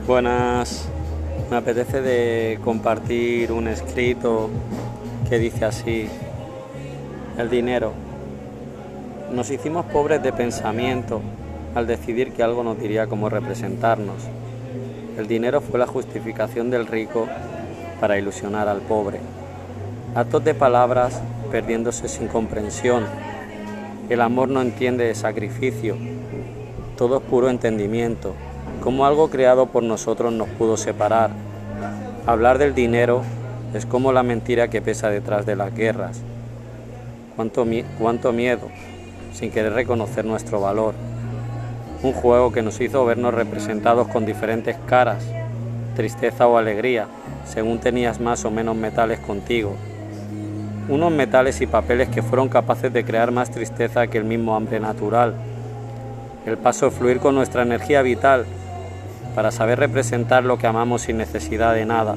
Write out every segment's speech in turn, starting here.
Buenas, me apetece de compartir un escrito que dice así: el dinero. Nos hicimos pobres de pensamiento al decidir que algo nos diría cómo representarnos. El dinero fue la justificación del rico para ilusionar al pobre. Actos de palabras perdiéndose sin comprensión. El amor no entiende de sacrificio. Todo es puro entendimiento. Cómo algo creado por nosotros nos pudo separar. Hablar del dinero es como la mentira que pesa detrás de las guerras. Cuánto miedo, sin querer reconocer nuestro valor. Un juego que nos hizo vernos representados con diferentes caras, tristeza o alegría, según tenías más o menos metales contigo. Unos metales y papeles que fueron capaces de crear más tristeza que el mismo hambre natural. El paso de fluir con nuestra energía vital para saber representar lo que amamos sin necesidad de nada.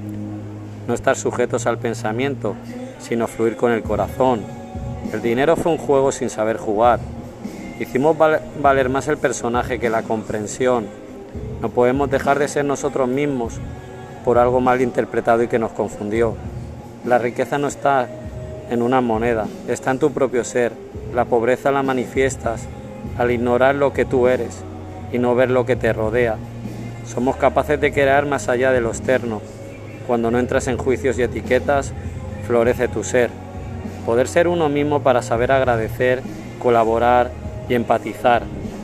No estar sujetos al pensamiento, sino fluir con el corazón. El dinero fue un juego sin saber jugar. Hicimos valer más el personaje que la comprensión. No podemos dejar de ser nosotros mismos por algo mal interpretado y que nos confundió. La riqueza no está en una moneda, está en tu propio ser. La pobreza la manifiestas al ignorar lo que tú eres y no ver lo que te rodea. Somos capaces de crear más allá de lo externo. Cuando no entras en juicios y etiquetas, florece tu ser. Poder ser uno mismo para saber agradecer, colaborar y empatizar.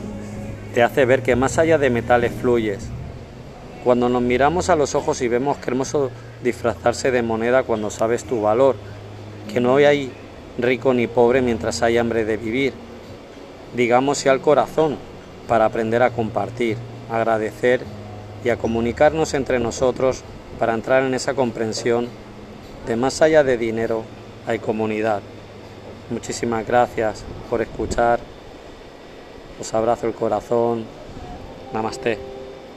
Te hace ver que más allá de metales fluyes. Cuando nos miramos a los ojos y vemos que hermoso disfrazarse de moneda cuando sabes tu valor, que no hay rico ni pobre mientras hay hambre de vivir. Digamos sí al corazón para aprender a compartir, agradecer y a comunicarnos entre nosotros para entrar en esa comprensión de más allá de dinero hay comunidad. Muchísimas gracias por escuchar. Os abrazo el corazón. Namasté.